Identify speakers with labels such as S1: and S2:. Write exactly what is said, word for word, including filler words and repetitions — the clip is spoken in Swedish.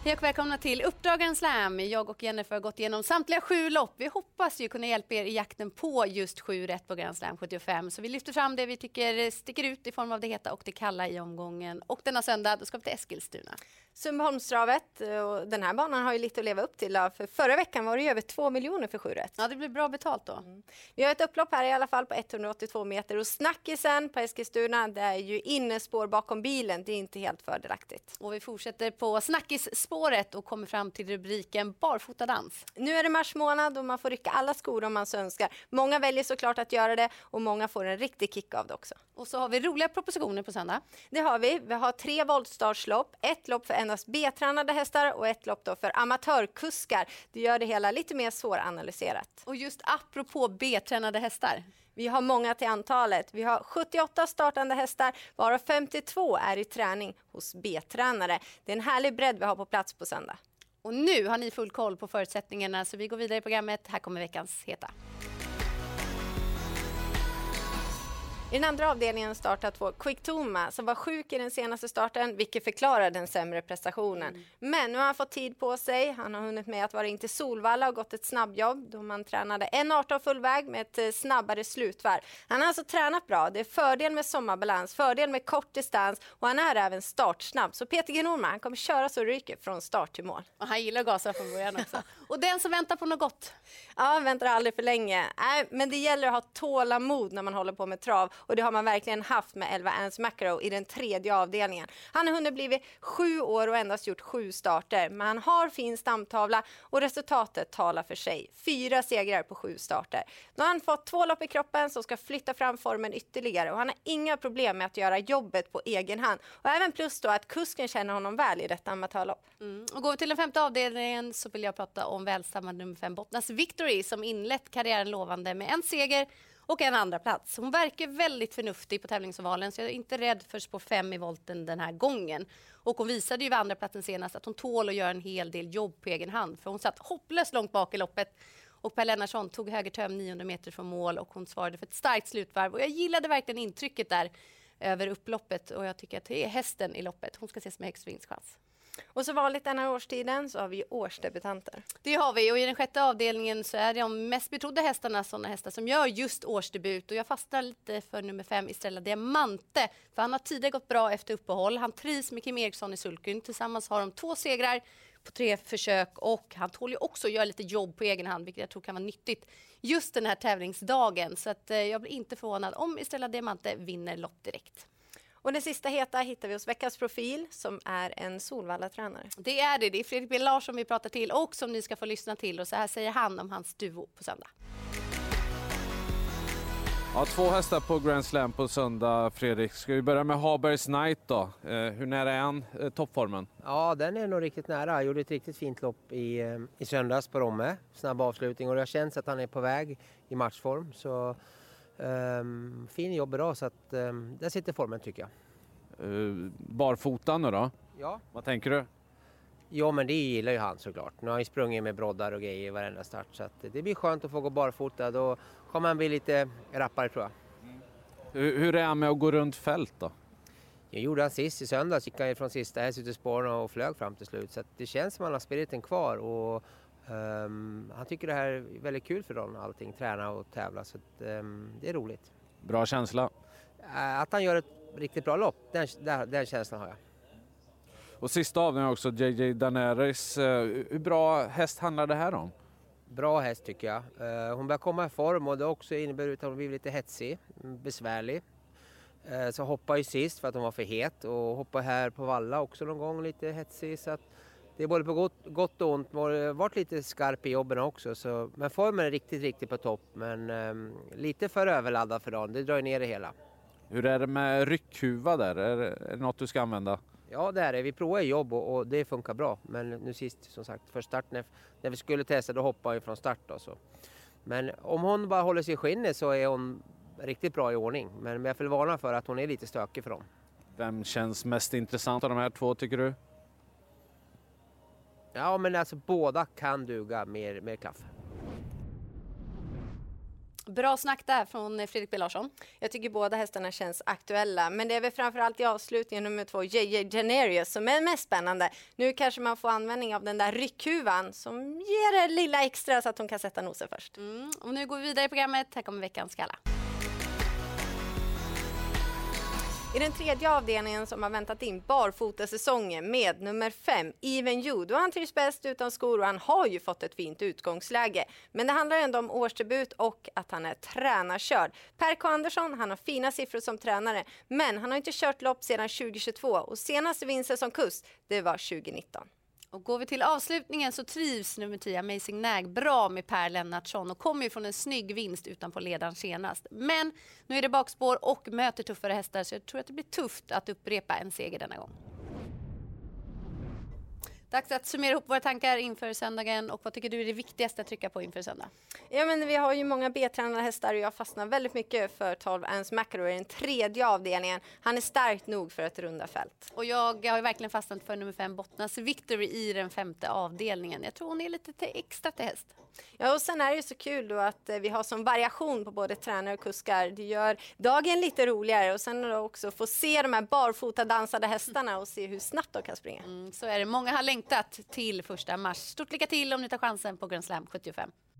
S1: Hej och välkomna till Uppdrag Grand Slam. Jag och Jennifer har gått igenom samtliga sju lopp. Vi hoppas ju kunna hjälpa er i jakten på just sju rätt på Grand Slam sjuttiofem. Så vi lyfter fram det vi tycker sticker ut i form av det heta och det kalla i omgången. Och denna söndag då ska vi till Eskilstuna.
S2: Sundbyholmstravet, och den här banan har ju lite att leva upp till. Då. För förra veckan var det ju över två miljoner för sju rätt.
S1: Ja, det blir bra betalt då.
S2: Mm. Vi har ett upplopp här i alla fall på etthundraåttiotvå meter. Och snackisen på Eskilstuna, det är ju innespår bakom bilen. Det är inte helt fördelaktigt.
S1: Och vi fortsätter på snackisspåret och kommer fram till rubriken barfotadans.
S2: Nu är det mars månad och man får rycka alla skor om man så önskar. Många väljer såklart att göra det och många får en riktig kick av det också.
S1: Och så har vi roliga propositioner på söndag.
S2: Det har vi. Vi har tre voltstartslopp. Ett lopp för endast B-tränade hästar och ett lopp då för amatörkuskar. Det gör det hela lite mer svåranalyserat.
S1: Och just apropå B-tränade hästar.
S2: Vi har många till antalet. Vi har sjuttioåtta startande hästar, varav femtiotvå är i träning hos B-tränare. Det är en härlig bredd vi har på plats på söndag.
S1: Och nu har ni full koll på förutsättningarna så vi går vidare i programmet. Här kommer veckans heta.
S2: I den andra avdelningen startar två Quick Toma som var sjuk i den senaste starten, vilket förklarar den sämre prestationen. Mm. Men nu har han fått tid på sig. Han har hunnit med att vara in till Solvalla och gått ett snabbjobb då man tränade en arton fullväg med ett snabbare slutvarv. Han har alltså tränat bra. Det är fördel med sommarbalans, fördel med kort distans och han är även startsnabb. Så Peter G. Norman, han kommer köra så ryker från start till mål.
S1: Och han gillar att gasa från början också. Och den som väntar på något gott?
S2: Ja, väntar aldrig för länge. Nej, men det gäller att ha tålamod när man håller på med trav. Och det har man verkligen haft med elva Ans McEnroe i den tredje avdelningen. Han har hunnit blivit sju år och endast gjort sju starter. Men han har fin stamtavla och resultatet talar för sig. Fyra segrar på sju starter. Nu har han fått två lopp i kroppen som ska flytta fram formen ytterligare. Och han har inga problem med att göra jobbet på egen hand. Och även plus då att kusken känner honom väl i detta amatörlopp.
S1: Mm. Och går vi till den femte avdelningen så vill jag prata om välstammad nummer fem Bottnas Victory som inlett karriären lovande med en seger och en andra plats. Hon verkar väldigt förnuftig på tävlingsovalen så jag är inte rädd för spår fem i volten den här gången. Och hon visade ju vid andra platsen senast att hon tål att göra en hel del jobb på egen hand. För hon satt hopplöst långt bak i loppet och Per Lennartsson tog högertöm niohundra meter från mål och hon svarade för ett starkt slutvarv. Och jag gillade verkligen intrycket där över upploppet och jag tycker att det är hästen i loppet. Hon ska ses med högst vinstchans.
S2: Och så vanligt den här årstiden så har vi årsdebutanter.
S1: Det har vi och i den sjätte avdelningen så är det de mest betrodda hästarna sådana hästar som gör just årsdebut. Och jag fastnar lite för nummer fem Estrella Diamante. För han har tidigare gått bra efter uppehåll. Han trivs med Kim Eriksson i sulken. Tillsammans har de två segrar på tre försök och han tål ju också göra lite jobb på egen hand vilket jag tror kan vara nyttigt just den här tävlingsdagen. Så att, eh, jag blir inte förvånad om Estrella Diamante vinner lopp direkt.
S2: Och den sista heta hittar vi hos veckans profil som är en Solvalla-tränare.
S1: Det är det. Det är Fredrik B. Larsson som vi pratar till och som ni ska få lyssna till. Och så här säger han om hans duo på söndag.
S3: Ja, två hästar på Grand Slam på söndag, Fredrik. Ska vi börja med Habergs Knight då? Eh, hur nära är han eh, toppformen?
S4: Ja, den är nog riktigt nära. Han gjorde ett riktigt fint lopp i, eh, i söndags på Romme. Snabb avslutning och det har känts att han är på väg i matchform. Så... Um, fin jobb idag så att um, där sitter formen tycker jag.
S3: Uh, barfotan nu då?
S4: Ja.
S3: Vad tänker du?
S4: Ja men det gillar ju han såklart. Nu har han ju sprungit med broddar och grejer i varenda start så att det blir skönt att få gå barfota. Då kommer han bli lite rappare tror jag.
S3: Mm. Hur, hur är han med att gå runt fält då?
S4: Jag gjorde han sist i söndags, gick han från sista häst ut i spåren och flög fram till slut. Så att det känns som att han har spiriten kvar och Um, han tycker det här är väldigt kul för honom, allting, träna och tävla så att, um, det är roligt.
S3: Bra känsla?
S4: Uh, att han gör ett riktigt bra lopp, den, den, den känslan har jag.
S3: Och sista avdelningen också, J J Daenerys. Uh, hur bra häst handlar det här om?
S4: Bra häst tycker jag. Uh, hon börjar komma i form och det också innebär att hon blir lite hetsig, besvärlig. Uh, så hoppar ju sist för att hon var för het och hoppar här på Valla också någon gång lite hetsig så att det är både på gott, gott och ont. Man har varit lite skarp i jobben också. Så, men formen är riktigt, riktigt på topp. Men um, lite för överladdad för dagen. Det drar ner det hela.
S3: Hur är det med ryckhuva där? Är det, är det något du ska använda?
S4: Ja, det är det. Vi provar jobb och, och det funkar bra. Men nu sist, som sagt, för start när, när vi skulle testa, då hoppade vi från start. Då, så. Men om hon bara håller sig i skinnet så är hon riktigt bra i ordning. Men jag får varna för att hon är lite stökig för dem.
S3: Vem känns mest intressant av de här två tycker du?
S4: Ja, men alltså båda kan duga mer, mer klaff.
S1: Bra snack där från Fredrik B. Larsson.
S2: Jag tycker båda hästarna känns aktuella, men det är väl framförallt i avslutningen nummer två, J J Generius, som är mest spännande. Nu kanske man får användning av den där ryckhuvan som ger det lilla extra så att hon kan sätta nosen först.
S1: Mm. Och nu går vi vidare i programmet. Här kommer veckans skalla.
S2: I den tredje avdelningen som har väntat in barfotasäsongen med nummer fem, Even You, då han trivs bäst utan skor och han har ju fått ett fint utgångsläge. Men det handlar ändå om årsdebut och att han är tränarkörd. Per K. Andersson, han har fina siffror som tränare, men han har inte kört lopp sedan tjugo tjugotvå och senaste vinsten som kust, det var tjugo nitton.
S1: Och går vi till avslutningen så trivs nummer tio Amazing Nag bra med Per Lennartsson och kommer ju från en snygg vinst utanpå ledaren senast. Men nu är det bakspår och möter tuffare hästar så jag tror att det blir tufft att upprepa en seger denna gång. Dags att summera ihop våra tankar inför söndagen och vad tycker du är det viktigaste att trycka på inför söndag?
S2: Ja, men vi har ju många B-tränade hästar och jag fastnar väldigt mycket för tolv Ans Macro i den tredje avdelningen. Han är starkt nog för ett runda fält.
S1: Och jag har ju verkligen fastnat för nummer fem Bottnas Victory i den femte avdelningen. Jag tror hon är lite till extra till häst.
S2: Ja, och sen är det ju så kul då att vi har som variation på både tränare och kuskar. Det gör dagen lite roligare och sen också få se de här barfota dansade hästarna och se hur snabbt de kan springa.
S1: Mm, så är det. Många har längtat till första mars. Stort lycka till om ni tar chansen på Grand Slam sjuttiofem.